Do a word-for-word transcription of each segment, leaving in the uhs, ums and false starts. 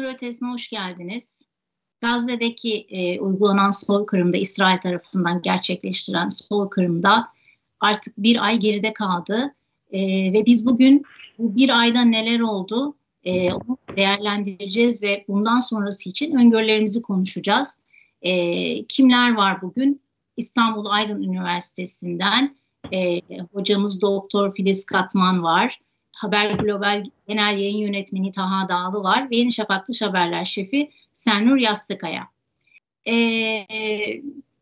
Sınır Ötesi'ne hoş geldiniz. Gazze'deki e, uygulanan soykırımda, İsrail tarafından gerçekleştirilen soykırımda artık bir ay geride kaldı. E, ve biz bugün bu bir ayda neler oldu e, onu değerlendireceğiz ve bundan sonrası için öngörülerimizi konuşacağız. E, kimler var bugün? İstanbul Aydın Üniversitesi'nden e, hocamız Doktor Filiz Katman var. Haber Global Genel Yayın Yönetmeni Taha Dağlı var ve Yeni Şafak Dış Haberler Şefi Sernur Yastıkaya. Ee,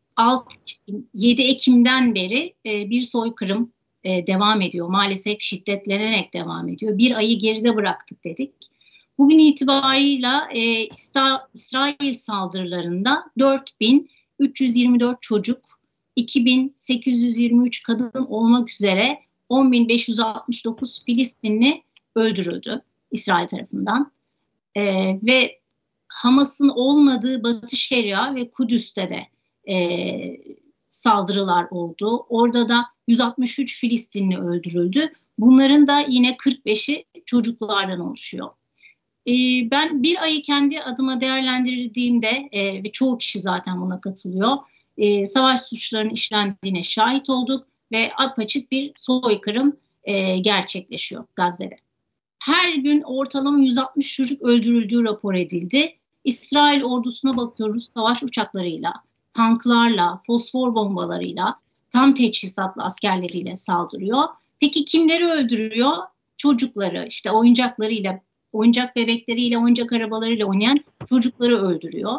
yedi Ekim'den beri e, bir soykırım e, devam ediyor. Maalesef şiddetlenerek devam ediyor. Bir ayı geride bıraktık dedik. Bugün itibarıyla e, İsrail saldırılarında dört bin üç yüz yirmi dört çocuk, iki bin sekiz yüz yirmi üç kadın olmak üzere on bin beş yüz altmış dokuz Filistinli öldürüldü İsrail tarafından. Ee, ve Hamas'ın olmadığı Batı Şeria ve Kudüs'te de e, saldırılar oldu. Orada da yüz altmış üç Filistinli öldürüldü. Bunların da yine kırk beşi çocuklardan oluşuyor. Ee, ben bir ayı kendi adıma değerlendirdiğimde e, ve çoğu kişi zaten buna katılıyor, e, savaş suçlarının işlendiğine şahit olduk ve apaçık bir soykırım e, gerçekleşiyor Gazze'de. Her gün ortalama yüz altmış çocuk öldürüldüğü rapor edildi. İsrail ordusuna bakıyoruz, savaş uçaklarıyla, tanklarla, fosfor bombalarıyla, tam teçhizatlı askerleriyle saldırıyor. Peki kimleri öldürüyor? Çocukları, işte oyuncaklarıyla, oyuncak bebekleriyle, oyuncak arabalarıyla oynayan çocukları öldürüyor.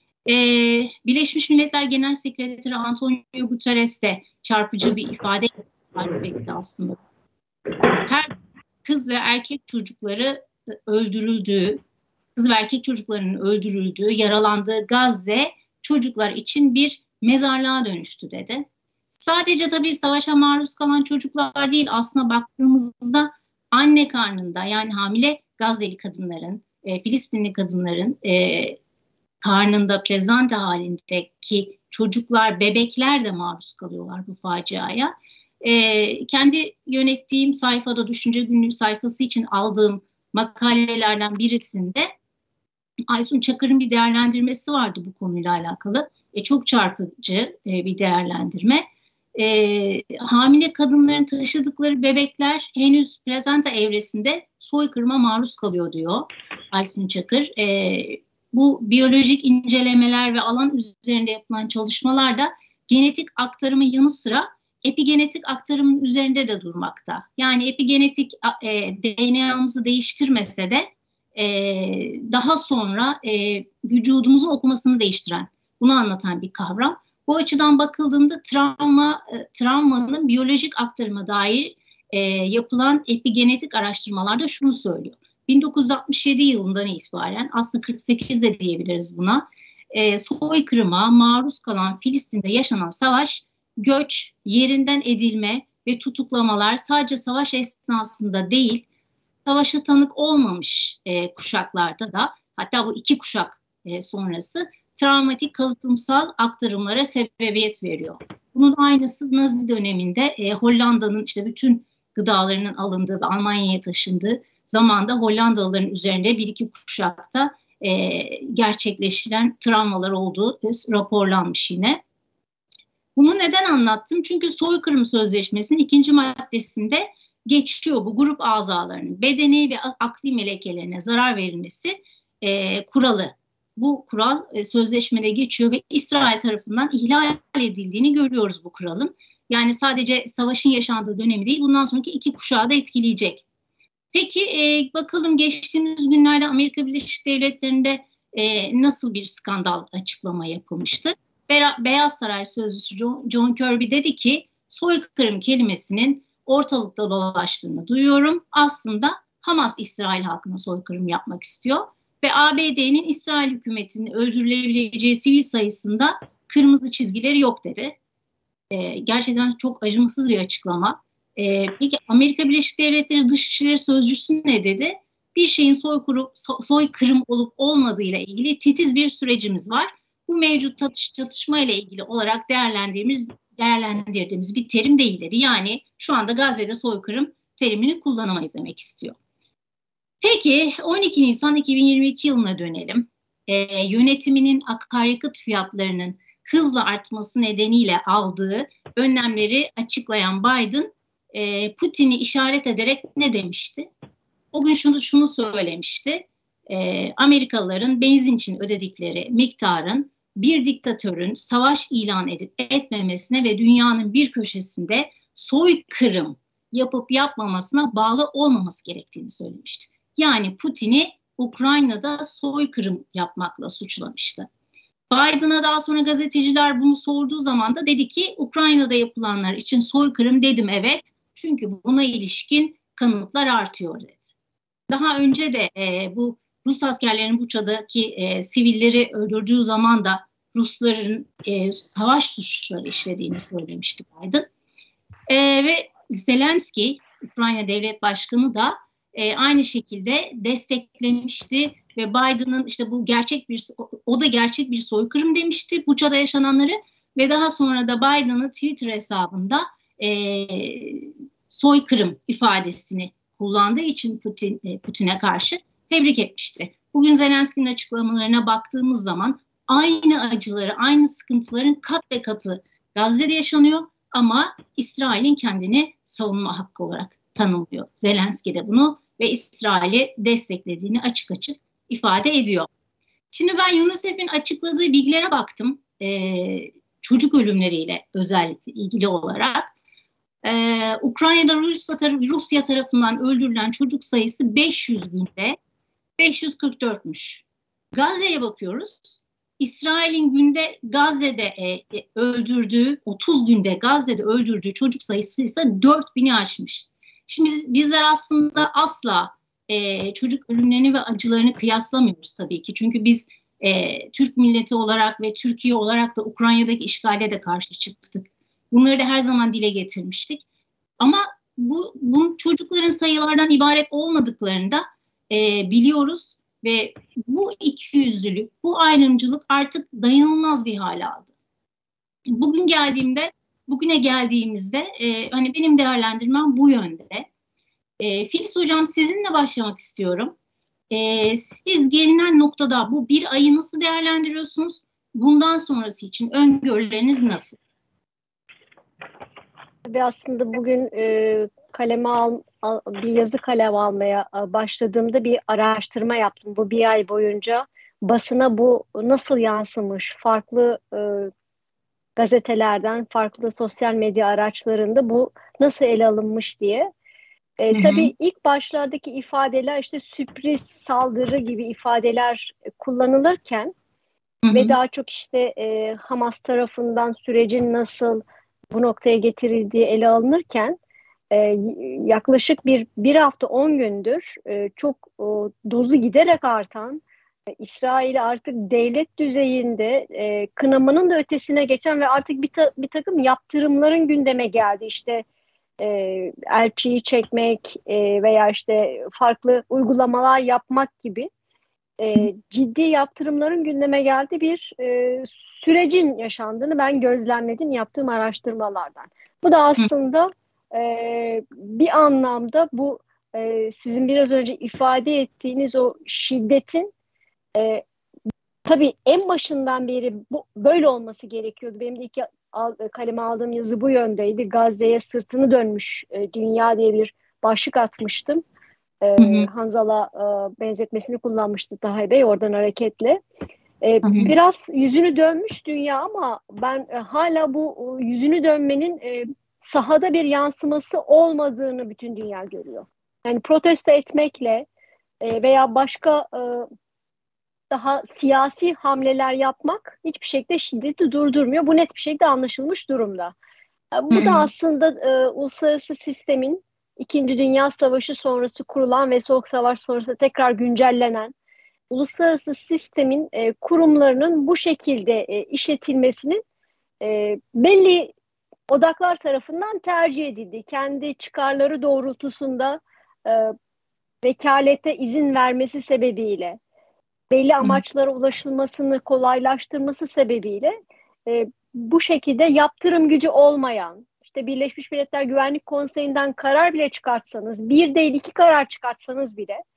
Ee, Birleşmiş Milletler Genel Sekreteri Antonio Guterres de çarpıcı bir ifade tarif etti aslında. Her kız ve erkek çocukları öldürüldüğü, kız ve erkek çocuklarının öldürüldüğü, yaralandığı Gazze çocuklar için bir mezarlığa dönüştü dedi. Sadece tabii savaşa maruz kalan çocuklar değil, aslına baktığımızda anne karnında, yani hamile Gazze'li kadınların, e, Filistinli kadınların e, karnında plezanta halindeki çocuklar, bebekler de maruz kalıyorlar bu faciaya. Ee, kendi yönettiğim sayfada, Düşünce Günlüğü sayfası için aldığım makalelerden birisinde Aysun Çakır'ın bir değerlendirmesi vardı bu konuyla alakalı. E, çok çarpıcı e, bir değerlendirme. E, hamile kadınların taşıdıkları bebekler henüz plezanta evresinde soykırıma maruz kalıyor diyor Aysun Çakır. E, bu biyolojik incelemeler ve alan üzerinde yapılan çalışmalarda genetik aktarımın yanı sıra epigenetik aktarımın üzerinde de durmakta. Yani epigenetik e, D N A'mızı değiştirmese de e, daha sonra e, vücudumuzun okumasını değiştiren, bunu anlatan bir kavram. Bu açıdan bakıldığında travma, e, travmanın biyolojik aktarıma dair e, yapılan epigenetik araştırmalarda şunu söylüyor. bin dokuz yüz altmış yedi yılından itibaren, aslında kırk sekiz de diyebiliriz buna, e, soykırıma maruz kalan Filistin'de yaşanan savaş, göç, yerinden edilme ve tutuklamalar sadece savaş esnasında değil, savaşa tanık olmamış e, kuşaklarda da, hatta bu iki kuşak e, sonrası travmatik kalıtımsal aktarımlara sebebiyet veriyor. Bunun aynısı Nazi döneminde e, Hollanda'nın işte bütün gıdalarının alındığı ve Almanya'ya taşındığı zamanda Hollandalıların üzerinde bir iki kuşakta e, gerçekleştiren travmalar olduğu raporlanmış yine. Bunu neden anlattım? Çünkü soykırım sözleşmesinin ikinci maddesinde geçiyor bu grup azalarının bedeni ve akli melekelerine zarar verilmesi e, kuralı. Bu kural e, sözleşmede geçiyor ve İsrail tarafından ihlal edildiğini görüyoruz bu kuralın. Yani sadece savaşın yaşandığı dönemi değil, bundan sonraki iki kuşağı da etkileyecek. Peki e, bakalım geçtiğimiz günlerde Amerika Birleşik Devletleri'nde e, nasıl bir skandal açıklama yapılmıştı? Beyaz Saray Sözcüsü John, John Kirby dedi ki, soykırım kelimesinin ortalıkta dolaştığını duyuyorum. Aslında Hamas İsrail halkına soykırım yapmak istiyor ve A B D'nin İsrail hükümetinin öldürülebileceği sivil sayısında kırmızı çizgileri yok dedi. Ee, gerçekten çok acımasız bir açıklama. Ee, peki Amerika Birleşik Devletleri Dışişleri Sözcüsü ne dedi? Bir şeyin soykırım, soykırım olup olmadığıyla ilgili titiz bir sürecimiz var. Bu mevcut çatış, çatışma ile ilgili olarak değerlendirdiğimiz, değerlendirdiğimiz bir terim değil dedi. Yani şu anda Gazze'de soykırım terimini kullanamayız demek istiyor. Peki on iki Nisan iki bin yirmi iki yılına dönelim. Ee, yönetiminin akaryakıt fiyatlarının hızla artması nedeniyle aldığı önlemleri açıklayan Biden, e, Putin'i işaret ederek ne demişti? O gün şunu, şunu söylemişti. E, Amerikalıların benzin için ödedikleri miktarın bir diktatörün savaş ilan edip etmemesine ve dünyanın bir köşesinde soykırım yapıp yapmamasına bağlı olmaması gerektiğini söylemişti. Yani Putin'i Ukrayna'da soykırım yapmakla suçlamıştı. Biden'a daha sonra gazeteciler bunu sorduğu zaman da dedi ki Ukrayna'da yapılanlar için soykırım dedim evet. Çünkü buna ilişkin kanıtlar artıyor dedi. Daha önce de e, bu Rus askerlerinin Buça'daki e, sivilleri öldürdüğü zaman da Rusların e, savaş suçları işlediğini söylemişti Biden. E, ve Zelenski, Ukrayna Devlet Başkanı da e, aynı şekilde desteklemişti ve Biden'ın işte bu gerçek bir, o da gerçek bir soykırım demişti Buça'da yaşananları ve daha sonra da Biden'ın Twitter hesabında e, soykırım ifadesini kullandığı için Putin, Putin'e karşı tebrik etmişti. Bugün Zelenski'nin açıklamalarına baktığımız zaman aynı acıları, aynı sıkıntıların kat ve katı Gazze'de yaşanıyor ama İsrail'in kendini savunma hakkı olarak tanımlıyor. Zelenski de bunu ve İsrail'i desteklediğini açık açık ifade ediyor. Şimdi ben UNICEF'in açıkladığı bilgilere baktım. Ee, çocuk ölümleriyle özellikle ilgili olarak. Ee, Ukrayna'da Rusya, taraf, Rusya tarafından öldürülen çocuk sayısı beş yüz günde beş yüz kırk dörtmüş. Gazze'ye bakıyoruz. İsrail'in günde Gazze'de e, öldürdüğü, otuz günde Gazze'de öldürdüğü çocuk sayısı ise dört bini aşmış. Şimdi bizler aslında asla e, çocuk ölümlerini ve acılarını kıyaslamıyoruz tabii ki. Çünkü biz e, Türk milleti olarak ve Türkiye olarak da Ukrayna'daki işgale de karşı çıktık. Bunları da her zaman dile getirmiştik. Ama bu, bu çocukların sayılardan ibaret olmadıklarını da e, biliyoruz ve bu ikiyüzlülük, bu ayrımcılık artık dayanılmaz bir hale aldı. Bugün geldiğimde, bugüne geldiğimizde e, hani benim değerlendirmem bu yönde. E, Filiz Hocam sizinle başlamak istiyorum. E, siz gelinen noktada bu bir ayı nasıl değerlendiriyorsunuz? Bundan sonrası için öngörüleriniz nasıl? Ve aslında bugün e, kaleme al, al, bir yazı kalem almaya başladığımda bir araştırma yaptım. Bu bir ay boyunca basına bu nasıl yansımış, farklı e, gazetelerden, farklı sosyal medya araçlarında bu nasıl ele alınmış diye. E, Hı hı. tabii ilk başlardaki ifadeler işte sürpriz saldırı gibi ifadeler kullanılırken Hı hı. ve daha çok işte e, Hamas tarafından sürecin nasıl bu noktaya getirildiği ele alınırken e, yaklaşık bir bir hafta on gündür e, çok e, dozu giderek artan e, İsrail'i artık devlet düzeyinde e, kınamanın da ötesine geçen ve artık bir, ta, bir takım yaptırımların gündeme geldi. İşte e, elçiyi çekmek e, veya işte farklı uygulamalar yapmak gibi e, ciddi yaptırımların gündeme geldiği bir e, sürecin yaşandığını ben gözlemledim yaptığım araştırmalardan. Bu da aslında e, bir anlamda bu e, sizin biraz önce ifade ettiğiniz o şiddetin e, tabii en başından beri bu, böyle olması gerekiyordu. Benim de ilk al, kaleme aldığım yazı bu yöndeydi. Gazze'ye sırtını dönmüş e, dünya diye bir başlık atmıştım. Ee, Hanzala e, benzetmesini kullanmıştı Tahay Bey oradan hareketle. Ee, Hı hı. biraz yüzünü dönmüş dünya ama ben e, hala bu e, yüzünü dönmenin e, sahada bir yansıması olmadığını bütün dünya görüyor. Yani protesto etmekle e, veya başka e, daha siyasi hamleler yapmak hiçbir şekilde şiddeti durdurmuyor. Bu net bir şekilde anlaşılmış durumda. Bu Hı da hı. aslında e, uluslararası sistemin İkinci Dünya Savaşı sonrası kurulan ve Soğuk Savaş sonrası tekrar güncellenen uluslararası sistemin e, kurumlarının bu şekilde e, işletilmesinin e, belli odaklar tarafından tercih edildiği, kendi çıkarları doğrultusunda e, vekalete izin vermesi sebebiyle, belli amaçlara ulaşılmasını kolaylaştırması sebebiyle e, bu şekilde yaptırım gücü olmayan, işte Birleşmiş Milletler Güvenlik Konseyi'nden karar bile çıkartsanız, bir değil iki karar çıkartsanız bile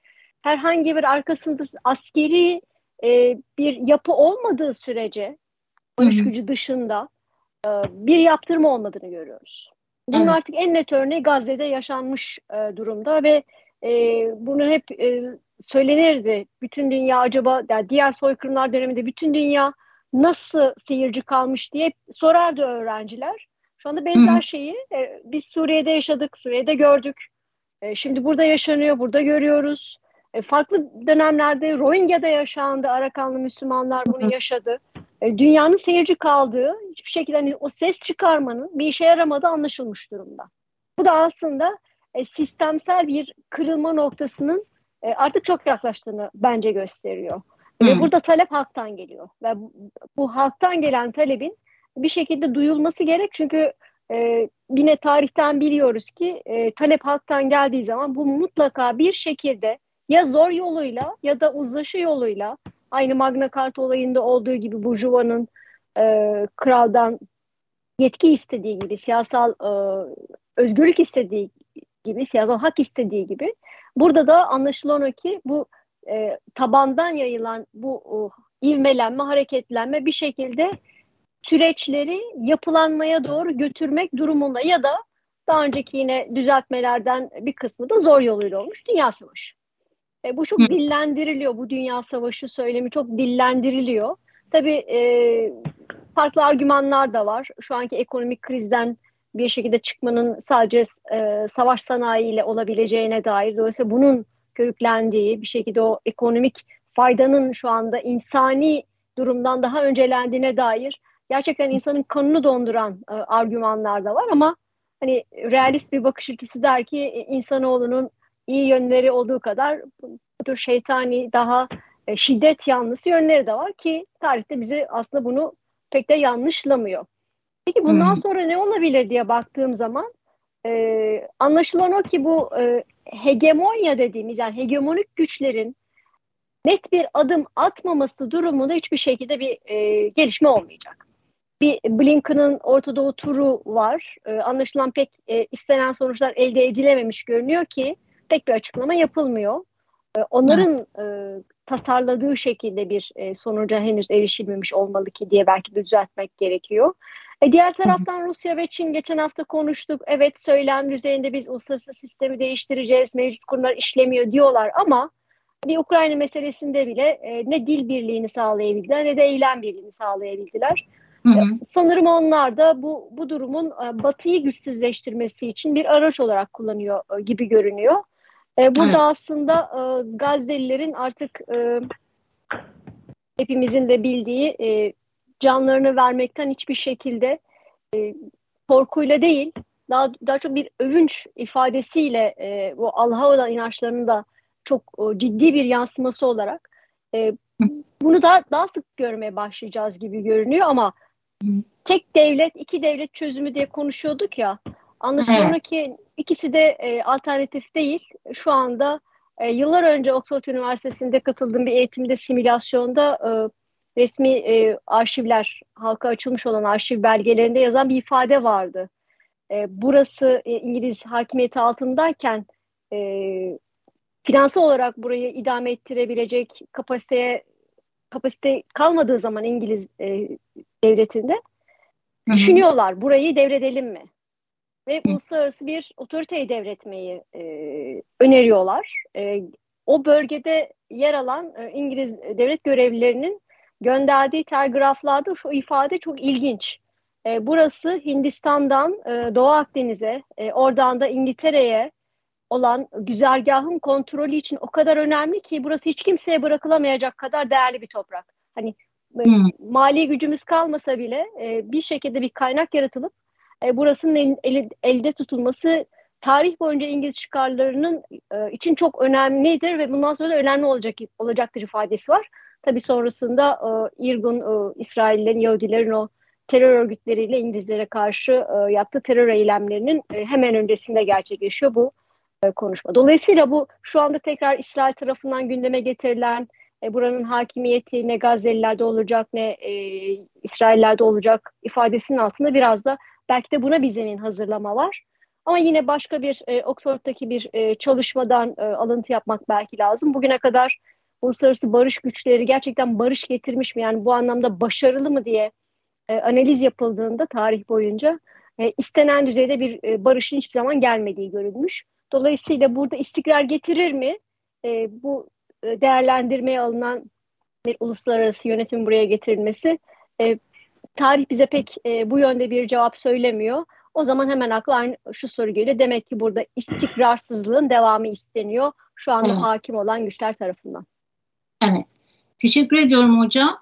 herhangi bir arkasında askeri e, bir yapı olmadığı sürece barış Hı. gücü dışında e, bir yaptırma olmadığını görüyoruz. Bunun Evet. artık en net örneği Gazze'de yaşanmış e, durumda ve e, bunu hep e, söylenirdi. Bütün dünya acaba, yani diğer soykırımlar döneminde bütün dünya nasıl seyirci kalmış diye sorardı öğrenciler. Şu anda Hı hı. benzer şeyi e, biz Suriye'de yaşadık, Suriye'de gördük. E, şimdi burada yaşanıyor, burada görüyoruz. E, farklı dönemlerde Rohingya'da yaşandı, Arakanlı Müslümanlar bunu Hı. yaşadı. E, dünyanın seyirci kaldığı, hiçbir şekilde hani o ses çıkarmanın bir işe yaramadığı anlaşılmış durumda. Bu da aslında e, sistemsel bir kırılma noktasının e, artık çok yaklaştığını bence gösteriyor. Ve Hı. burada talep halktan geliyor. Ve bu, bu halktan gelen talebin bir şekilde duyulması gerek. Çünkü e, yine tarihten biliyoruz ki e, talep halktan geldiği zaman bu mutlaka bir şekilde ya zor yoluyla ya da uzlaşı yoluyla, aynı Magna Carta olayında olduğu gibi Burjuva'nın e, kraldan yetki istediği gibi, siyasal e, özgürlük istediği gibi, siyasal hak istediği gibi, burada da anlaşılan o ki bu e, tabandan yayılan bu o, ivmelenme, hareketlenme bir şekilde süreçleri yapılanmaya doğru götürmek durumunda ya da daha önceki yine düzeltmelerden bir kısmı da zor yoluyla olmuş Dünya Savaşı. E, bu çok Hı. dillendiriliyor. Bu Dünya Savaşı söylemi çok dillendiriliyor. Tabii e, farklı argümanlar da var. Şu anki ekonomik krizden bir şekilde çıkmanın sadece e, savaş sanayiyle olabileceğine dair. Dolayısıyla bunun körüklendiği, bir şekilde o ekonomik faydanın şu anda insani durumdan daha öncelendiğine dair gerçekten insanın kanını donduran e, argümanlar da var ama hani realist bir bakış açısı der ki e, insanoğlunun iyi yönleri olduğu kadar bu tür şeytani, daha e, şiddet yanlısı yönleri de var ki tarihte bize aslında bunu pek de yanlışlamıyor. Peki bundan Hı. sonra ne olabilir diye baktığım zaman e, anlaşılan o ki bu e, hegemonya dediğimiz, yani hegemonik güçlerin net bir adım atmaması durumunda hiçbir şekilde bir e, gelişme olmayacak. Bir Blinken'ın Orta Doğu turu var. E, anlaşılan pek e, istenen sonuçlar elde edilememiş görünüyor ki pek bir açıklama yapılmıyor. E, Evet. onların e, tasarladığı şekilde bir e, sonuca henüz erişilmemiş olmalı ki diye belki de düzeltmek gerekiyor. E, diğer Hı. taraftan Rusya ve Çin, geçen hafta konuştuk. Evet, söylem düzeyinde biz uluslararası sistemi değiştireceğiz, mevcut kurumlar işlemiyor diyorlar ama bir Ukrayna meselesinde bile e, ne dil birliğini sağlayabildiler ne de eylem birliğini sağlayabildiler. Hı E, hı. sanırım onlar da bu bu durumun e, Batı'yı güçsüzleştirmesi için bir araç olarak kullanıyor e, gibi görünüyor. E, burada Evet. aslında e, Gazze'lilerin artık e, hepimizin de bildiği e, canlarını vermekten hiçbir şekilde e, korkuyla değil, daha daha çok bir övünç ifadesiyle e, bu Allah'a olan inançlarının da çok e, ciddi bir yansıması olarak e, Hı. bunu daha daha sık görmeye başlayacağız gibi görünüyor ama Hı. tek devlet, iki devlet çözümü diye konuşuyorduk ya. Anlaşılan o Evet. ki ikisi de e, alternatif değil. Şu anda e, yıllar önce Oxford Üniversitesi'nde katıldığım bir eğitimde, simülasyonda e, resmi e, arşivler, halka açılmış olan arşiv belgelerinde yazan bir ifade vardı. E, burası e, İngiliz hakimiyeti altındayken e, finansal olarak burayı idame ettirebilecek kapasiteye kapasite kalmadığı zaman İngiliz e, devletinde Hı hı. düşünüyorlar, burayı devredelim mi? Ve Hı. uluslararası bir otoriteyi devretmeyi e, öneriyorlar. E, o bölgede yer alan e, İngiliz devlet görevlilerinin gönderdiği telgraflarda şu ifade çok ilginç. E, burası Hindistan'dan e, Doğu Akdeniz'e, e, oradan da İngiltere'ye olan güzergahın kontrolü için o kadar önemli ki burası hiç kimseye bırakılamayacak kadar değerli bir toprak. Hani e, Hı. mali gücümüz kalmasa bile e, bir şekilde bir kaynak yaratılıp e, burasının el, el, elde tutulması tarih boyunca İngiliz çıkarlarının e, için çok önemlidir ve bundan sonra da önemli olacak olacaktır ifadesi var. Tabii sonrasında e, İrgun, e, İsraillerin, Yahudilerin o terör örgütleriyle İngilizlere karşı e, yaptığı terör eylemlerinin e, hemen öncesinde gerçekleşiyor bu konuşma. Dolayısıyla bu şu anda tekrar İsrail tarafından gündeme getirilen e, buranın hakimiyeti ne Gazze'lilerde olacak ne e, İsraillerde olacak ifadesinin altında biraz da belki de buna bir zemin hazırlama var. Ama yine başka bir e, Oxford'daki bir e, çalışmadan e, alıntı yapmak belki lazım. Bugüne kadar uluslararası barış güçleri gerçekten barış getirmiş mi? Yani bu anlamda başarılı mı diye e, analiz yapıldığında tarih boyunca e, istenen düzeyde bir e, barışın hiçbir zaman gelmediği görülmüş. Dolayısıyla burada istikrar getirir mi? E, bu e, değerlendirmeye alınan bir uluslararası yönetimin buraya getirilmesi, e, tarih bize pek e, bu yönde bir cevap söylemiyor. O zaman hemen akla aynı şu soru geliyor. Demek ki burada istikrarsızlığın devamı isteniyor şu anda Evet. hakim olan güçler tarafından. Evet. Teşekkür ediyorum hocam.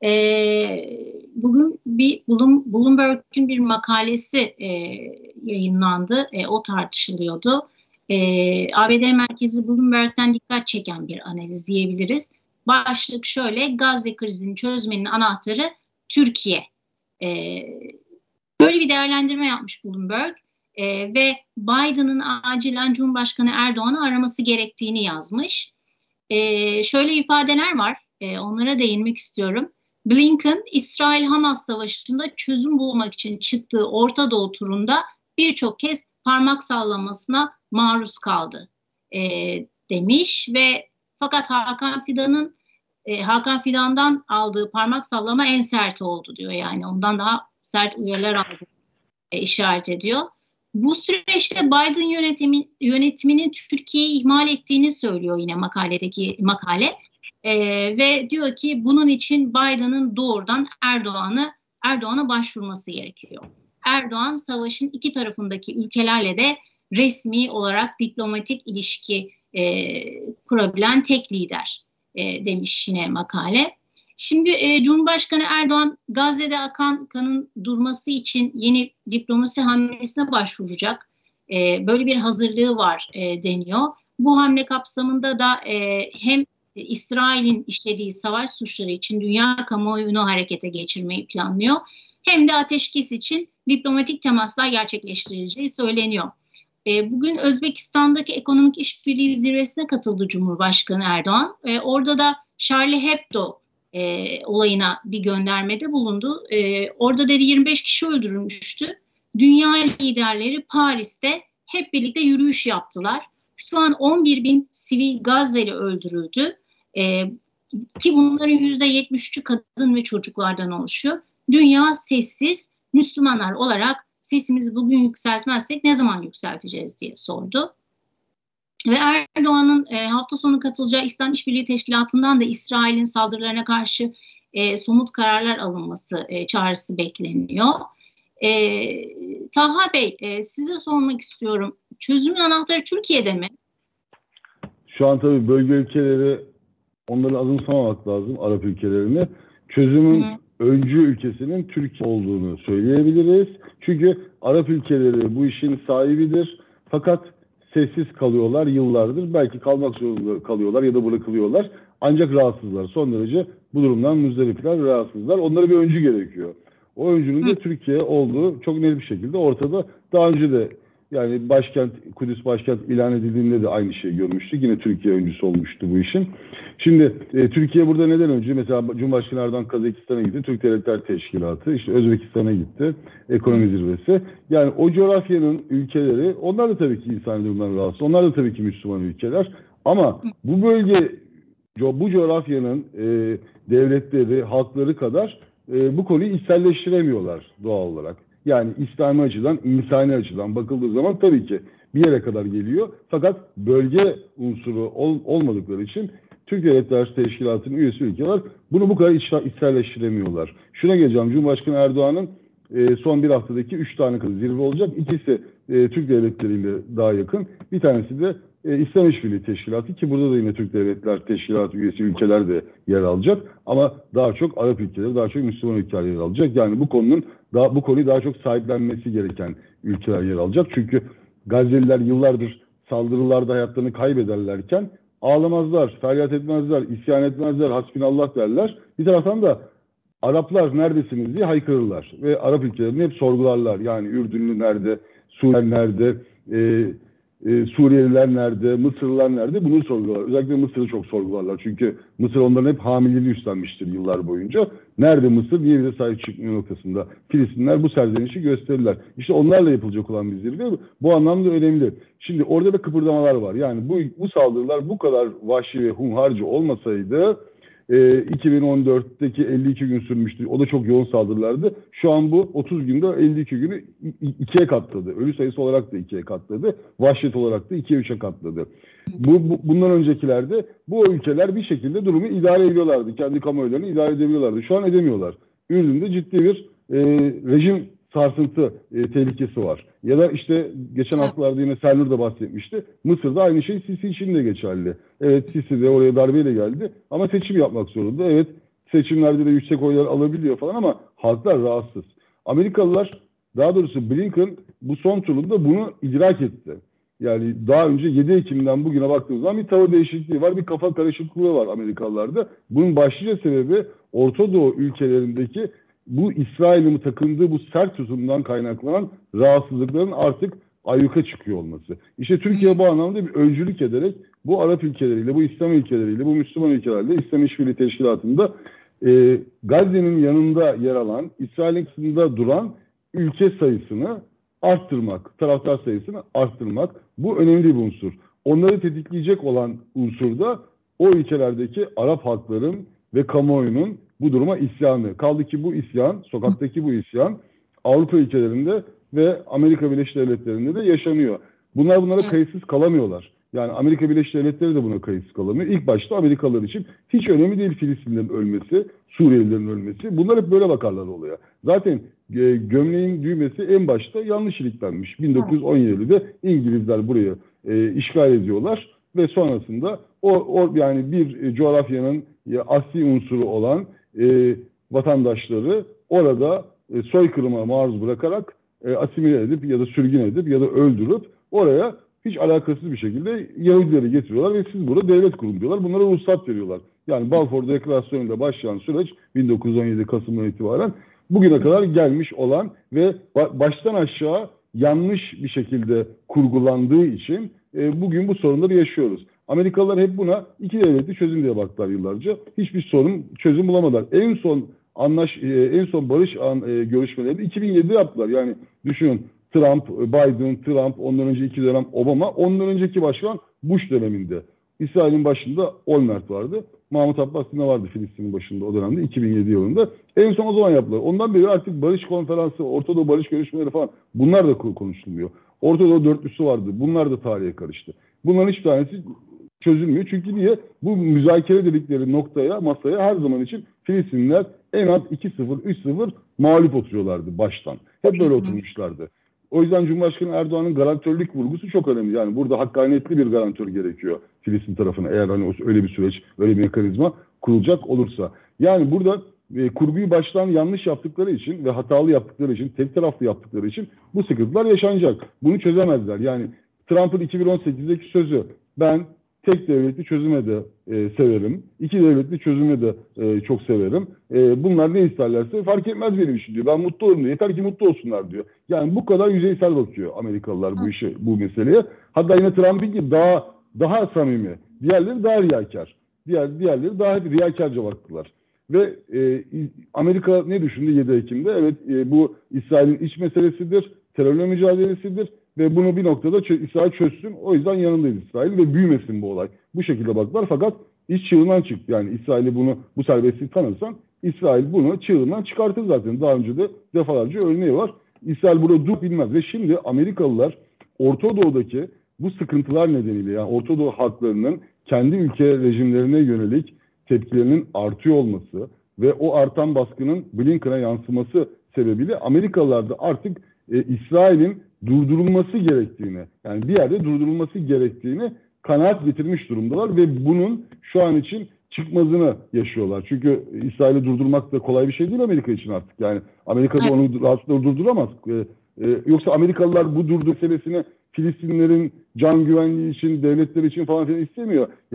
Ee, bugün bir Bloomberg'in bir makalesi e, yayınlandı. E, o tartışılıyordu. E, A B D merkezi Bloomberg'den dikkat çeken bir analiz diyebiliriz. Başlık şöyle: Gazze krizini çözmenin anahtarı Türkiye. E, böyle bir değerlendirme yapmış Bloomberg e, ve Biden'ın acilen Cumhurbaşkanı Erdoğan'ı araması gerektiğini yazmış. Ee, şöyle ifadeler var, ee, onlara değinmek istiyorum. Blinken, İsrail-Hamas savaşında çözüm bulmak için çıktığı Orta Doğu turunda birçok kez parmak sallamasına maruz kaldı ee, demiş ve fakat Hakan Fidan'ın e, Hakan Fidan'dan aldığı parmak sallama en sert oldu diyor, yani ondan daha sert uyarılar aldı e, işaret ediyor. Bu süreçte Biden yönetimi, yönetiminin Türkiye'yi ihmal ettiğini söylüyor yine makaledeki makale. Ee, ve diyor ki bunun için Biden'ın doğrudan Erdoğan'ı Erdoğan'a başvurması gerekiyor. Erdoğan savaşın iki tarafındaki ülkelerle de resmi olarak diplomatik ilişki e, kurabilen tek lider e, demiş yine makale. Şimdi e, Cumhurbaşkanı Erdoğan Gazze'de akan kanın durması için yeni diplomasi hamlesine başvuracak. E, böyle bir hazırlığı var e, deniyor. Bu hamle kapsamında da e, hem İsrail'in işlediği savaş suçları için dünya kamuoyunu harekete geçirmeyi planlıyor, hem de ateşkes için diplomatik temaslar gerçekleştirileceği söyleniyor. E, bugün Özbekistan'daki ekonomik işbirliği zirvesine katıldı Cumhurbaşkanı Erdoğan. E, orada da Charlie Hebdo e, olayına bir göndermede bulundu. E, orada dedi yirmi beş kişi öldürülmüştü. Dünya liderleri Paris'te hep birlikte yürüyüş yaptılar. Şu an on bir bin sivil Gazze'li öldürüldü. E, ki bunların yüzde yetmiş üçü kadın ve çocuklardan oluşuyor. Dünya sessiz, Müslümanlar olarak sesimizi bugün yükseltmezsek ne zaman yükselteceğiz diye sordu. Ve Erdoğan'ın e, hafta sonu katılacağı İslam İşbirliği Teşkilatı'ndan da İsrail'in saldırılarına karşı e, somut kararlar alınması e, çağrısı bekleniyor. E, Talha Bey, e, size sormak istiyorum. Çözümün anahtarı Türkiye'de mi? Şu an tabii bölge ülkeleri, onları azımsamamak lazım, Arap ülkelerini. Çözümün Hı. öncü ülkesinin Türkiye olduğunu söyleyebiliriz. Çünkü Arap ülkeleri bu işin sahibidir. Fakat sessiz kalıyorlar yıllardır. Belki kalmak zorunda kalıyorlar ya da bırakılıyorlar. Ancak rahatsızlar. Son derece bu durumdan müzdaripler, rahatsızlar. Onlara bir öncü gerekiyor. O öncünün de Türkiye olduğu çok net bir şekilde ortada. Daha önce de yani başkent, Kudüs başkent ilan edildiğinde de aynı şeyi görmüştük. Yine Türkiye öncüsü olmuştu bu işin. Şimdi e, Türkiye burada neden öncü? Mesela Cumhurbaşkanı Erdoğan Kazakistan'a gitti. Türk Devletler Teşkilatı, işte Özbekistan'a gitti. Ekonomi zirvesi. Yani o coğrafyanın ülkeleri, onlar da tabii ki insani durumdan rahatsız. Onlar da tabii ki Müslüman ülkeler. Ama bu bölge, bu coğrafyanın e, devletleri, halkları kadar e, bu konuyu içselleştiremiyorlar doğal olarak. Yani İslami açıdan, insani açıdan bakıldığı zaman tabii ki bir yere kadar geliyor. Fakat bölge unsuru ol, olmadıkları için Türk Devletler Teşkilatı'nın üyesi ülkeler bunu bu kadar iç, içselleştiremiyorlar. Şuna geleceğim. Cumhurbaşkanı Erdoğan'ın e, son bir haftadaki üç tane zirve olacak. İkisi e, Türk devletleriyle daha yakın. Bir tanesi de e, İslam İşbirliği Teşkilatı, ki burada da yine Türk Devletler Teşkilatı üyesi ülkeler de yer alacak. Ama daha çok Arap ülkeleri, daha çok Müslüman ülkeler yer alacak. Yani bu konunun daha, bu konuyu daha çok sahiplenmesi gereken ülkeler yer alacak. Çünkü Gazze'liler yıllardır saldırılarda hayatlarını kaybederlerken ağlamazlar, feryat etmezler, isyan etmezler, hasbinallah derler. Bir taraftan da Araplar neredesiniz diye haykırırlar. Ve Arap ülkelerini hep sorgularlar. Yani Ürdünlü nerede, Suriye nerede, e, e, Suriyeliler nerede, Mısırlılar nerede bunu sorgularlar. Özellikle Mısır'ı çok sorgularlar. Çünkü Mısır onların hep hamileliği üstlenmiştir yıllar boyunca. Nerede Mısır, niye bize sahip çıkmıyor noktasında Filistinler bu serzenişi gösterirler. İşte onlarla yapılacak olan bir zirve bu anlamda önemli. Şimdi orada da kıpırdamalar var. Yani bu, bu saldırılar bu kadar vahşi ve hunharca olmasaydı e, iki bin on dörtteki elli iki gün sürmüştü. O da çok yoğun saldırılardı. Şu an bu otuz günde elli iki günü ikiye katladı. Ölü sayısı olarak da ikiye katladı. Vahşet olarak da ikiye üçe katladı. Bu, bu, bundan öncekilerde bu ülkeler bir şekilde durumu idare ediyorlardı. Kendi kamuoylarını idare edebiliyorlardı. Şu an edemiyorlar. Ürdün'de ciddi bir e, rejim sarsıntı e, tehlikesi var. Ya da işte geçen haftalarda yine Sernur da bahsetmişti. Mısır'da aynı şey Sisi için de geçerli. Evet, Sisi de oraya darbeyle geldi ama seçim yapmak zorunda. Evet, seçimlerde de yüksek oylar alabiliyor falan ama halklar rahatsız. Amerikalılar, daha doğrusu Blinken bu son turunda bunu idrak etti. Yani daha önce yedi Ekim'den bugüne baktığımız zaman bir tavır değişikliği var, bir kafa karışıklığı var Amerikalılarda. Bunun başlıca sebebi Orta Doğu ülkelerindeki bu İsrail'in takındığı bu sert tutumdan kaynaklanan rahatsızlıkların artık ayyuka çıkıyor olması. İşte Türkiye bu anlamda bir öncülük ederek bu Arap ülkeleriyle, bu İslam ülkeleriyle, bu Müslüman ülkelerle İslam İşbirliği Teşkilatı'nda e, Gazze'nin yanında yer alan, İsrail'in kısmında duran ülke sayısını arttırmak, taraftar sayısını arttırmak. Bu önemli bir unsur. Onları tetikleyecek olan unsur da o ülkelerdeki Arap halkların ve kamuoyunun bu duruma isyanı. Kaldı ki bu isyan, sokaktaki bu isyan Avrupa ülkelerinde ve Amerika Birleşik Devletleri'nde de yaşanıyor. Bunlar bunlara kayıtsız kalamıyorlar. Yani Amerika Birleşik Devletleri de buna kayıtsız kalamıyor. İlk başta Amerikalılar için hiç önemli değil Filistinlerin ölmesi, Suriyelilerin ölmesi. Bunlar hep böyle bakarlar olaya. Zaten e, gömleğin düğmesi en başta yanlış iliklenmiş. bin dokuz yüz on yedide İngilizler burayı e, işgal ediyorlar ve sonrasında o, o yani bir e, coğrafyanın e, asli unsuru olan e, vatandaşları orada e, soykırıma maruz bırakarak e, asimile edip ya da sürgün edip ya da öldürüp oraya hiç alakasız bir şekilde Yahudileri getiriyorlar ve siz burada devlet kurun diyorlar. Bunlara ruhsat veriyorlar. Yani Balfour Deklarasyonu'nda başlayan süreç bin dokuz yüz on yedi Kasım'dan itibaren bugüne kadar gelmiş olan ve baştan aşağı yanlış bir şekilde kurgulandığı için e, bugün bu sorunları yaşıyoruz. Amerikalılar hep buna iki devletli çözüm diye baktılar yıllarca. Hiçbir sorun çözüm bulamadılar. En son anlaş e, en son barış an, e, görüşmeleri iki bin yedide yaptılar. Yani düşünün Trump, Biden, Trump, ondan önce iki dönem Obama, ondan önceki başkan Bush döneminde. İsrail'in başında Olmert vardı. Mahmut Abbas yine vardı Filistin'in başında o dönemde iki bin yedi yılında. En son o zaman yaptılar. Ondan beri artık barış konferansı, Orta Doğu barış görüşmeleri falan bunlar da konuşulmuyor. Orta Doğu dörtlüsü vardı. Bunlar da tarihe karıştı. Bunların hiç tanesi çözülmüyor. Çünkü niye? Bu müzakere dedikleri noktaya, masaya her zaman için Filistinliler en az iki sıfır, üç sıfır mağlup oturuyorlardı baştan. Hep böyle oturmuşlardı. O yüzden Cumhurbaşkanı Erdoğan'ın garantörlük vurgusu çok önemli. Yani burada hakkaniyetli bir garantör gerekiyor Filistin tarafına. Eğer hani öyle bir süreç, öyle bir mekanizma kurulacak olursa. Yani burada e, kurguyu baştan yanlış yaptıkları için ve hatalı yaptıkları için, tek taraflı yaptıkları için bu sıkıntılar yaşanacak. Bunu çözemezler. Yani Trump'ın iki bin on sekizdeki sözü, ben tek devletli çözüme de e, severim. İki devletli çözüme de e, çok severim. E, bunlar ne isterlerse fark etmez benim için diyor. Ben mutlu olurum diyor. Yeter ki mutlu olsunlar diyor. Yani bu kadar yüzeysel bakıyor Amerikalılar bu işe, bu meseleye. Hatta yine Trump'ın ki daha daha samimi. Diğerleri daha riyakar. Diğer diğerleri daha riyakarca baktılar. Ve e, Amerika ne düşündü yedi Ekim'de? Evet e, bu İsrail'in iç meselesidir, terörle mücadelesidir. Ve bunu bir noktada çö- İsrail çözsün. O yüzden yanındayız İsrail ve büyümesin bu olay. Bu şekilde baktılar fakat iş çığırından çıktı. Yani İsrail'i bunu bu serbestliği tanırsan İsrail bunu çığırından çıkartır zaten. Daha önce de defalarca örneği var. İsrail burada dur bilmez. Ve şimdi Amerikalılar Orta Doğu'daki bu sıkıntılar nedeniyle yani Orta Doğu halklarının kendi ülke rejimlerine yönelik tepkilerinin artıyor olması ve o artan baskının Blinken'a yansıması sebebiyle Amerikalılar da artık e, İsrail'in durdurulması gerektiğini, yani bir yerde durdurulması gerektiğini kanaat getirmiş durumdalar ve bunun şu an için çıkmazını yaşıyorlar. Çünkü İsrail'i durdurmak da kolay bir şey değil Amerika için artık. Yani Amerika'da onu aslında durduramaz. Ee, e, yoksa Amerikalılar bu durdur meselesini Filistinlerin can güvenliği için, devletleri için falan filan istemiyor. Yani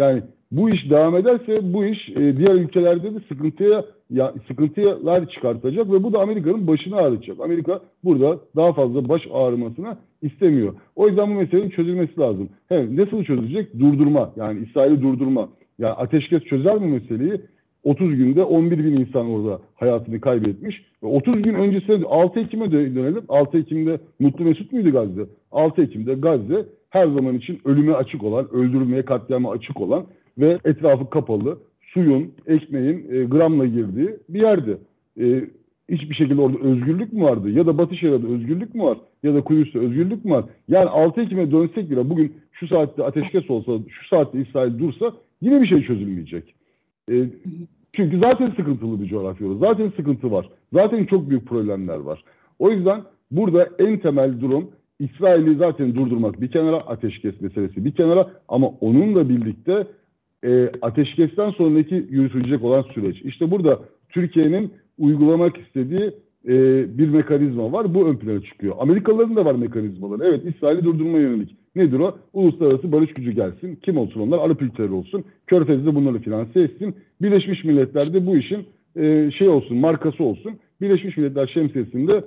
bu iş devam ederse bu iş e, diğer ülkelerde de sıkıntıya ya, sıkıntılar çıkartacak ve bu da Amerika'nın başını ağrıtacak. Amerika burada daha fazla baş ağrımasına istemiyor. O yüzden bu meselenin çözülmesi lazım. Hem nasıl çözülecek? Durdurma. Yani İsrail'i durdurma. Yani ateşkes çözer mi meseleyi? otuz günde on bir bin insan orada hayatını kaybetmiş. Ve otuz gün öncesinde altı Ekim'e dönelim. altı Ekim'de Mutlu Mesut muydu Gazze? altı Ekim'de Gazze her zaman için ölüme açık olan, öldürülmeye, katliama açık olan ve etrafı kapalı, suyun, ekmeğin e, gramla girdiği bir yerdi. E, hiçbir şekilde orada özgürlük mü vardı? Ya da Batı Şeria'da özgürlük mü var? Ya da Kudüs'te özgürlük mü var? Yani altı Ekim'e dönsek bile bugün şu saatte ateşkes olsa, şu saatte İsrail dursa yine bir şey çözülmeyecek. E, çünkü zaten sıkıntılı bir coğrafya orası. Zaten sıkıntı var. Zaten çok büyük problemler var. O yüzden burada en temel durum İsrail'i zaten durdurmak bir kenara, ateşkes meselesi bir kenara ama onunla birlikte e, ateşkesten sonraki yürütülecek olan süreç. İşte burada Türkiye'nin uygulamak istediği e, bir mekanizma var. Bu ön plana çıkıyor. Amerikalıların da var mekanizmaları. Evet, İsrail'i durdurmaya yönelik. Nedir o? Uluslararası barış gücü gelsin. Kim olsun onlar? Arap ülkeleri olsun. Körfez'de bunları finanse etsin. Birleşmiş Milletler'de bu işin e, şey olsun, markası olsun. Birleşmiş Milletler şemsiyesinde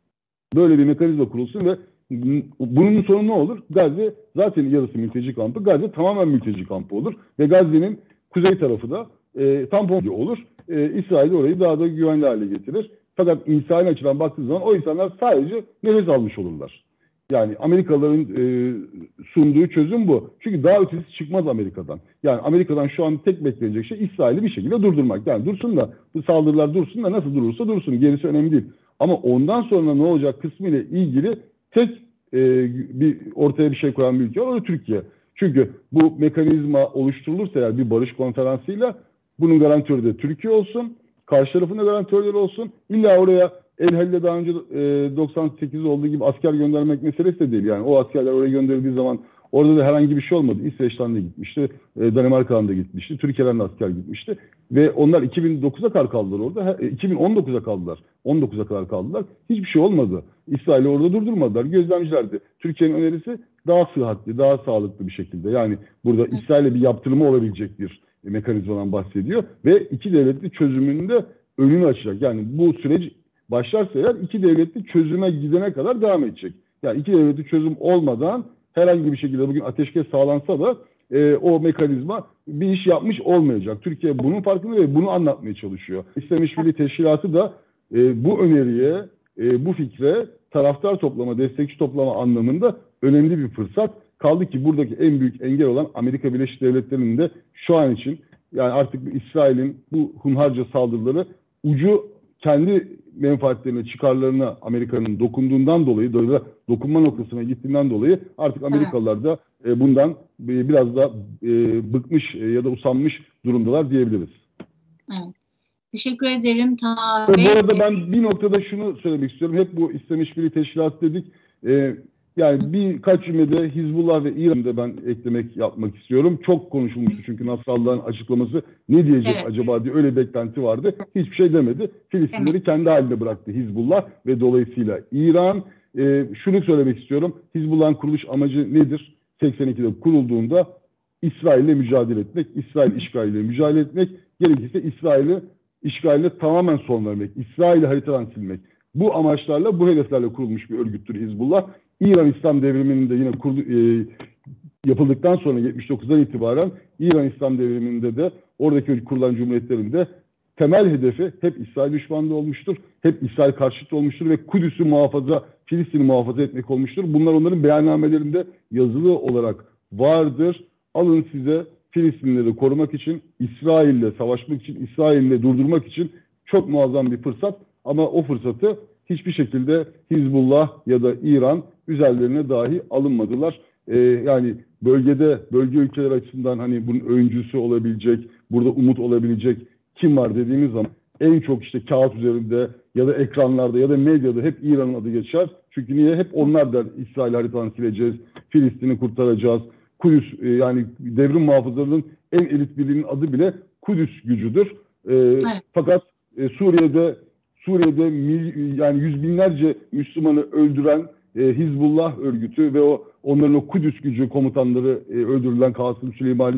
böyle bir mekanizma kurulsun ve bunun sonu ne olur? Gazze zaten yarısı mülteci kampı. Gazze tamamen mülteci kampı olur. Ve Gazze'nin kuzey tarafı da e, tampon olur. E, İsrail orayı daha da güvenli hale getirir. Fakat insani açıdan baktığı zaman o insanlar sadece nefes almış olurlar. Yani Amerikalıların e, sunduğu çözüm bu. Çünkü daha ötesi çıkmaz Amerika'dan. Yani Amerika'dan şu an tek beklenecek şey İsrail'i bir şekilde durdurmak. Yani dursun da bu saldırılar dursun da nasıl durursa dursun. Gerisi önemli değil. Ama ondan sonra ne olacak kısmı ile ilgili tek e, bir ortaya bir şey koyan bir ülke var. O da Türkiye. Çünkü bu mekanizma oluşturulursa eğer bir barış konferansıyla bunun garantörü de Türkiye olsun. Karşı tarafında garantörleri olsun. İlla oraya El Halil'de daha önce e, doksan sekizde olduğu gibi asker göndermek meselesi de değil. Yani o askerler oraya gönderildiği zaman orada da herhangi bir şey olmadı. İsveç'ten de gitmişti. E, Danimarka'dan da gitmişti. Türkiye'den de asker gitmişti. Ve onlar iki bin dokuza kadar kaldılar orada. E, iki bin on dokuza kaldılar. on dokuza kadar kaldılar. Hiçbir şey olmadı. İsrail'i orada durdurmadılar. Gözlemcilerdi. Türkiye'nin önerisi daha sıhhatli, daha sağlıklı bir şekilde. Yani burada İsrail'e bir yaptırımı olabilecek bir e, mekanizmadan bahsediyor. Ve iki devletli çözümünde önünü açacak. Yani bu süreç başlarsa eğer iki devletli çözüme gidene kadar devam edecek. Yani iki devletli çözüm olmadan herhangi bir şekilde bugün ateşkes sağlansa da e, o mekanizma bir iş yapmış olmayacak. Türkiye bunun farkında ve bunu anlatmaya çalışıyor. İslam İşbirliği Teşkilatı da e, bu öneriye, e, bu fikre taraftar toplama, destekçi toplama anlamında önemli bir fırsat. Kaldı ki buradaki en büyük engel olan Amerika Birleşik Devletleri'nin de şu an için yani artık İsrail'in bu hunharca saldırıları ucu kendi menfaatlerine, çıkarlarına Amerika'nın dokunduğundan dolayı, dolayısıyla dokunma noktasına gittiğinden dolayı artık Amerikalılar da e, bundan e, biraz da e, bıkmış e, ya da usanmış durumdalar diyebiliriz. Evet. Teşekkür ederim Taha Bey. Bu arada ben bir noktada şunu söylemek istiyorum. Hep bu İslam İşbirliği Teşkilatı dedik. E, yani birkaç cümlede Hizbullah ve İran'da ben eklemek yapmak istiyorum. Çok konuşulmuştu çünkü Nasrallah'ın açıklaması ne diyecek evet. acaba diye öyle beklenti vardı. Hiçbir şey demedi. Filistinleri evet. kendi haline bıraktı Hizbullah ve dolayısıyla İran. E, şunu söylemek istiyorum. Hizbullah'ın kuruluş amacı nedir? seksen ikide kurulduğunda İsrail'le mücadele etmek, İsrail işgaliyle mücadele etmek, gerekirse İsrail'i işgaline tamamen son vermek, İsrail'i haritadan silmek. Bu amaçlarla, bu hedeflerle kurulmuş bir örgüttür Hizbullah. İran İslam Devrimi'nin de yine kurdu, e, yapıldıktan sonra yetmiş dokuzdan itibaren İran İslam Devrimi'nde de oradaki kurulan cumhuriyetlerin de temel hedefi hep İsrail düşmanlığı olmuştur. Hep İsrail karşıtı olmuştur ve Kudüs'ü muhafaza, Filistin'i muhafaza etmek olmuştur. Bunlar onların beyannamelerinde yazılı olarak vardır. Alın size Filistinleri korumak için, İsrail'le savaşmak için, İsrail'le durdurmak için çok muazzam bir fırsat. Ama o fırsatı hiçbir şekilde Hizbullah ya da İran üzerlerine dahi alınmadılar. Ee, yani bölgede, bölge ülkeler açısından hani bunun öncüsü olabilecek, burada umut olabilecek kim var dediğimiz zaman en çok işte kağıt üzerinde ya da ekranlarda ya da medyada hep İran'ın adı geçer. Çünkü niye? Hep onlar der İsrail haritadan sileceğiz, Filistin'i kurtaracağız. Kudüs yani devrim muhafızlarının en elit birliğinin adı bile Kudüs gücüdür. Ee, evet. Fakat e, Suriye'de Suriye'de mil, yani yüz binlerce Müslümanı öldüren e, Hizbullah örgütü ve o onların o Kudüs gücü komutanları e, öldürülen Kasım Süleymani'nin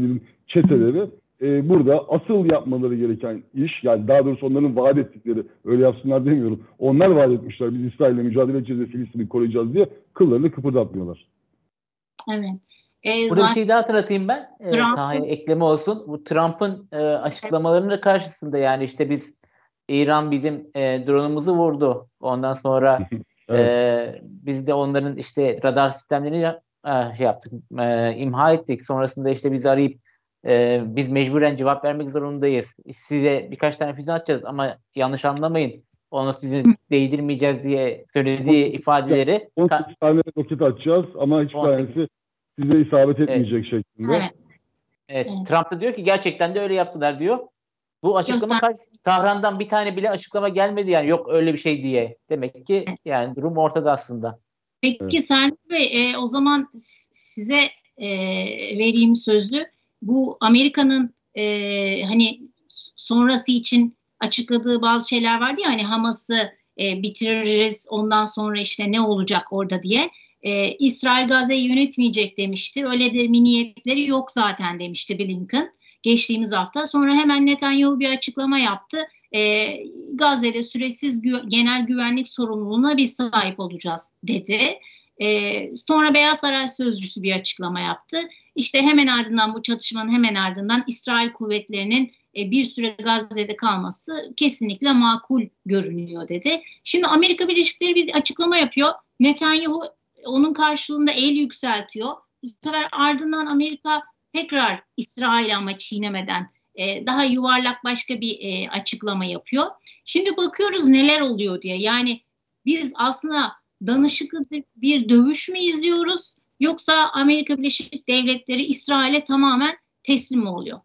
çeteleri e, burada asıl yapmaları gereken iş, yani daha doğrusu onların vaat ettikleri, öyle yapsınlar demiyorum, onlar vaat etmişler biz İsrail'le mücadele edeceğiz ve Filistin'i koruyacağız diye, kıllarını kıpırdatmıyorlar. Evet. E, Burada bir şey daha hatırlatayım ben. E, Taha'ya ekleme olsun. Bu Trump'ın e, açıklamalarının karşısında, yani işte biz İran bizim e, drone'umuzu vurdu. Ondan sonra evet. e, biz de onların işte radar sistemlerini e, şey yaptık, e, imha ettik. Sonrasında işte bizi arayıp e, biz mecburen cevap vermek zorundayız. Size birkaç tane füze atacağız ama yanlış anlamayın, onu sizi değdirmeyeceğiz diye söylediği ifadeleri. on sekiz tane roket atacağız ama hiç tanesi size isabet etmeyecek evet. şeklinde. Evet. Evet. Evet. Trump da diyor ki gerçekten de öyle yaptılar diyor. Bu açıklama kaç, Tahran'dan bir tane bile açıklama gelmedi, yani yok öyle bir şey diye. Demek ki yani durum ortada aslında. Peki evet. Serhat Bey, e, o zaman size e, vereyim sözü. Bu Amerika'nın e, hani sonrası için açıkladığı bazı şeyler vardı ya, hani Hamas'ı e, bitiririz, ondan sonra işte ne olacak orada diye. E, İsrail Gazze'yi yönetmeyecek demişti. Öyle bir niyetleri yok zaten demişti Blinken geçtiğimiz hafta. Sonra hemen Netanyahu bir açıklama yaptı. E, Gazze'de süresiz gü- genel güvenlik sorumluluğuna biz sahip olacağız dedi. E, sonra Beyaz Saray sözcüsü bir açıklama yaptı. İşte hemen ardından, bu çatışmanın hemen ardından İsrail kuvvetlerinin e, bir süre Gazze'de kalması kesinlikle makul görünüyor dedi. Şimdi Amerika Birleşik Devletleri bir açıklama yapıyor. Netanyahu onun karşılığında el yükseltiyor. Bu sefer ardından Amerika tekrar İsrail ama çiğnemeden e, daha yuvarlak başka bir e, açıklama yapıyor. Şimdi bakıyoruz neler oluyor diye. Yani biz aslında danışıklı bir dövüş mü izliyoruz, yoksa Amerika Birleşik Devletleri İsrail'e tamamen teslim mi oluyor?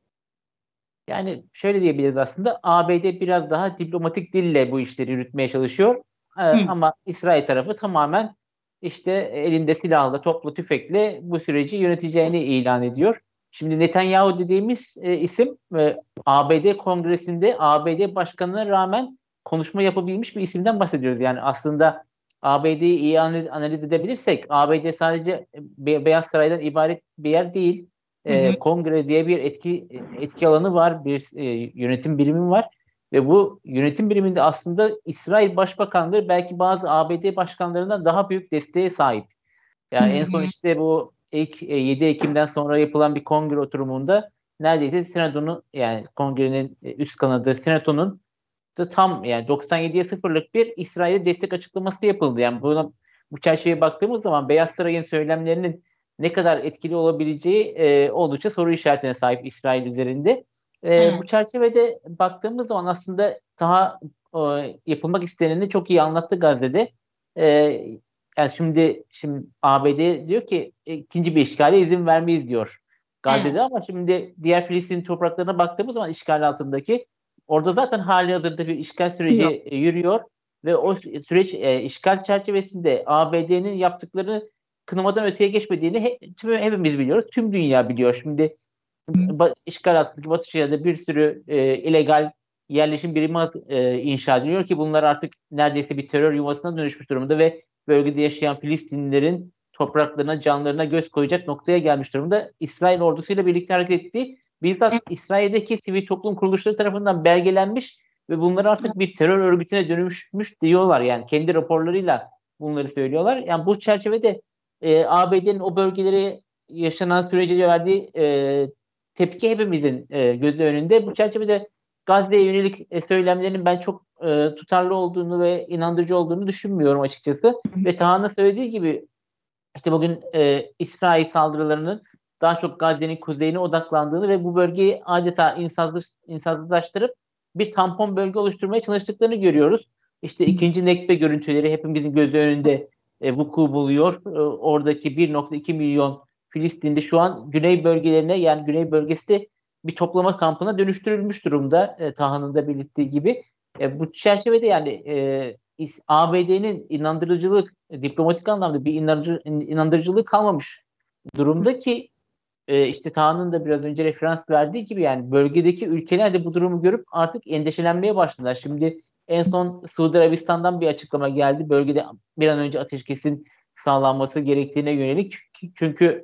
Yani şöyle diyebiliriz aslında, A B D biraz daha diplomatik dille bu işleri yürütmeye çalışıyor. Ee, ama İsrail tarafı tamamen işte elinde silahla, toplu tüfekle bu süreci yöneteceğini ilan ediyor. Şimdi Netanyahu dediğimiz e, isim e, A B D Kongresi'nde A B D Başkanı'na rağmen konuşma yapabilmiş bir isimden bahsediyoruz. Yani aslında A B D'yi iyi analiz, analiz edebilirsek, A B D sadece Be- Beyaz Saray'dan ibaret bir yer değil. E, hı hı. Kongre diye bir etki etki alanı var, bir e, yönetim birimi var. Ve bu yönetim biriminde aslında İsrail Başbakanları belki bazı A B D başkanlarından daha büyük desteğe sahip. Yani hı hı. En son işte bu ilk e, yedi Ekim'den sonra yapılan bir kongre oturumunda neredeyse senadonun, yani kongrenin e, üst kanadı senatonun da tam yani doksan yediye sıfırlık bir İsrail'e destek açıklaması yapıldı. Yani buna, bu çerçeveye baktığımız zaman Beyaz Saray'ın söylemlerinin ne kadar etkili olabileceği e, oldukça soru işaretine sahip İsrail üzerinde. E, bu çerçevede baktığımız zaman aslında daha e, yapılmak isteneni çok iyi anlattı Gazze'de. E, yani şimdi şimdi A B D diyor ki ikinci bir işgale izin vermeyiz diyor Gazze'de, evet. Ama şimdi diğer Filistin topraklarına baktığımız zaman işgal altındaki, orada zaten hali hazırda bir işgal süreci Yok. yürüyor ve o süreç e, işgal çerçevesinde A B D'nin yaptıklarını kınamadan öteye geçmediğini he, tüm, hepimiz biliyoruz. Tüm dünya biliyor. Şimdi ba, işgal altındaki Batı Şeria'da bir sürü e, illegal yerleşim birimi e, inşa ediliyor ki bunlar artık neredeyse bir terör yuvasına dönüşmüş durumda ve bölgede yaşayan Filistinlilerin topraklarına, canlarına göz koyacak noktaya gelmiş durumda. İsrail ordusuyla birlikte hareket ettiği, bizzat evet. İsrail'deki sivil toplum kuruluşları tarafından belgelenmiş ve bunlar artık bir terör örgütüne dönüşmüş diyorlar. Yani kendi raporlarıyla bunları söylüyorlar. Yani bu çerçevede e, A B D'nin o bölgeleri yaşanan sürece verdiği e, tepki hepimizin e, gözü önünde. Bu çerçevede Gazze'ye yönelik e, söylemlerin ben çok e, tutarlı olduğunu ve inandırıcı olduğunu düşünmüyorum açıkçası. Ve Taha'nın söylediği gibi işte bugün e, İsrail saldırılarının daha çok Gazze'nin kuzeyine odaklandığını ve bu bölgeyi adeta insansız, insansızlaştırıp bir tampon bölge oluşturmaya çalıştıklarını görüyoruz. İşte ikinci Nekbe görüntüleri hepimizin gözü önünde e, vuku buluyor. E, oradaki bir nokta iki milyon Filistinli şu an güney bölgelerine, yani güney bölgesi de bir toplama kampına dönüştürülmüş durumda. E, Taha'nın da belirttiği gibi. E, bu çerçevede yani e, A B D'nin inandırıcılık, diplomatik anlamda bir inandırıcı, inandırıcılığı kalmamış durumda ki e, işte Taha'nın da biraz önce referans verdiği gibi yani bölgedeki ülkeler de bu durumu görüp artık endişelenmeye başladılar. Şimdi en son Suudi Arabistan'dan bir açıklama geldi. Bölgede bir an önce ateşkesin sağlanması gerektiğine yönelik. Çünkü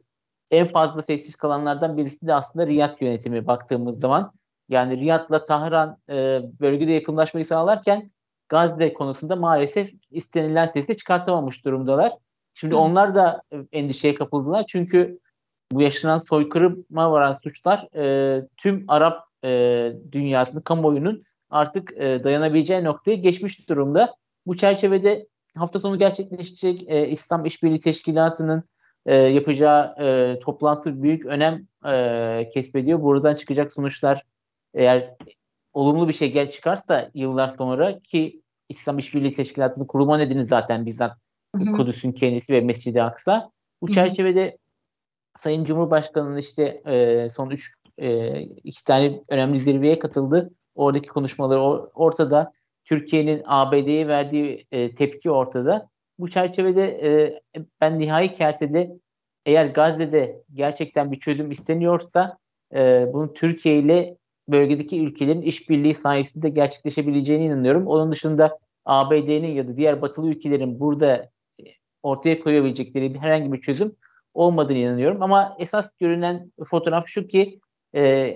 en fazla sessiz kalanlardan birisi de aslında Riyad yönetimi baktığımız zaman. Yani Riyad'la Tahran e, bölgede yakınlaşmayı sağlarken Gazze konusunda maalesef istenilen sesi çıkartamamış durumdalar. Şimdi Hı. onlar da endişeye kapıldılar. Çünkü bu yaşanan soykırıma varan suçlar e, tüm Arap e, dünyasının, kamuoyunun artık e, dayanabileceği noktaya geçmiş durumda. Bu çerçevede hafta sonu gerçekleşecek e, İslam İşbirliği Teşkilatı'nın e, yapacağı e, toplantı büyük önem e, kesbediyor. Buradan çıkacak sonuçlar, eğer olumlu bir şey gel çıkarsa yıllar sonra, ki İslam İşbirliği Teşkilatı'nın kurulma nedeni zaten bizzat Hı-hı. Kudüs'ün kendisi ve Mescid-i Aksa. Bu Hı-hı. çerçevede Sayın Cumhurbaşkanı'nın işte e, son üç e, iki tane önemli zirveye katıldı. Oradaki konuşmaları ortada. Türkiye'nin A B D'ye verdiği e, tepki ortada. Bu çerçevede e, ben nihai kertede, eğer Gazze'de gerçekten bir çözüm isteniyorsa e, bunun Türkiye ile bölgedeki ülkelerin işbirliği sayesinde gerçekleşebileceğine inanıyorum. Onun dışında A B D'nin ya da diğer batılı ülkelerin burada ortaya koyabilecekleri herhangi bir çözüm olmadığını inanıyorum. Ama esas görünen fotoğraf şu ki e,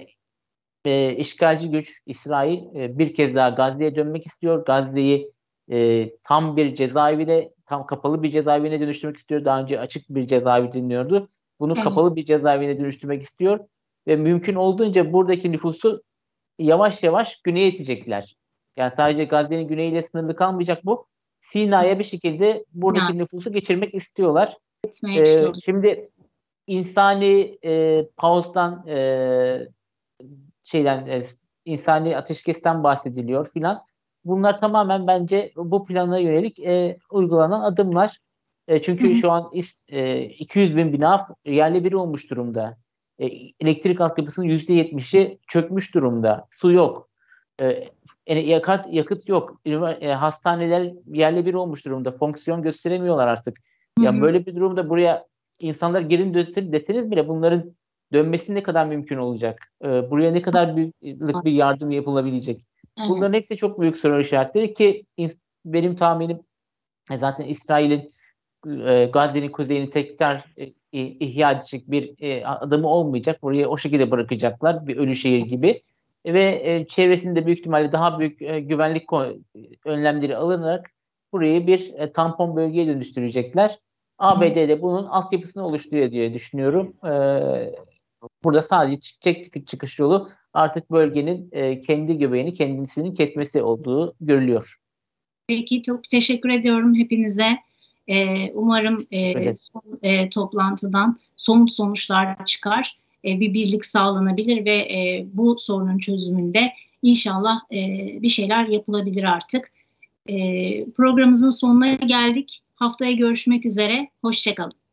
e, işgalci güç İsrail e, bir kez daha Gazze'ye dönmek istiyor. Gazze'yi e, tam bir cezaevine, tam kapalı bir cezaevine dönüştürmek istiyor. Daha önce açık bir cezaevi dinliyordu. Bunu evet. kapalı bir cezaevine dönüştürmek istiyor ve mümkün olduğunca buradaki nüfusu yavaş yavaş güneye itecekler. Yani sadece Gazze'nin güneyiyle sınırlı kalmayacak bu. Sina'ya bir şekilde buradaki ya. nüfusu geçirmek istiyorlar. Ee, şimdi insani e, pauzdan e, şeyden e, insani ateşkesten bahsediliyor filan. Bunlar tamamen bence bu plana yönelik e, uygulanan adımlar. E, çünkü Hı-hı. şu an is, e, iki yüz bin bina yerle bir olmuş durumda. E, elektrik altyapısının yüzde yetmişi çökmüş durumda. Su yok. E, yakıt, yakıt yok. E, hastaneler yerle bir olmuş durumda. Fonksiyon gösteremiyorlar artık. Hı-hı. Ya böyle bir durumda buraya insanlar geri dönsün deseniz bile bunların dönmesi ne kadar mümkün olacak? E, buraya ne kadar büyük bir yardım yapılabilecek? Evet. Bunların hepsi çok büyük soru işaretleri ki benim tahminim zaten İsrail'in e, Gazze'nin kuzeyini tekrar e, ihya edecek bir e, adamı olmayacak. Burayı o şekilde bırakacaklar. Bir ölü şehir gibi. Ve e, çevresinde büyük ihtimalle daha büyük e, güvenlik önlemleri alınarak burayı bir e, tampon bölgeye dönüştürecekler. A B D'de bunun altyapısını oluşturuyor diye düşünüyorum. E, burada sadece tek çıkış yolu artık bölgenin e, kendi göbeğini kendisinin kesmesi olduğu görülüyor. Peki, çok teşekkür ediyorum hepinize. Ee, umarım e, son, e, toplantıdan somut sonuçlar çıkar. E, bir birlik sağlanabilir ve e, bu sorunun çözümünde inşallah e, bir şeyler yapılabilir artık. E, programımızın sonuna geldik. Haftaya görüşmek üzere. Hoşça kalın.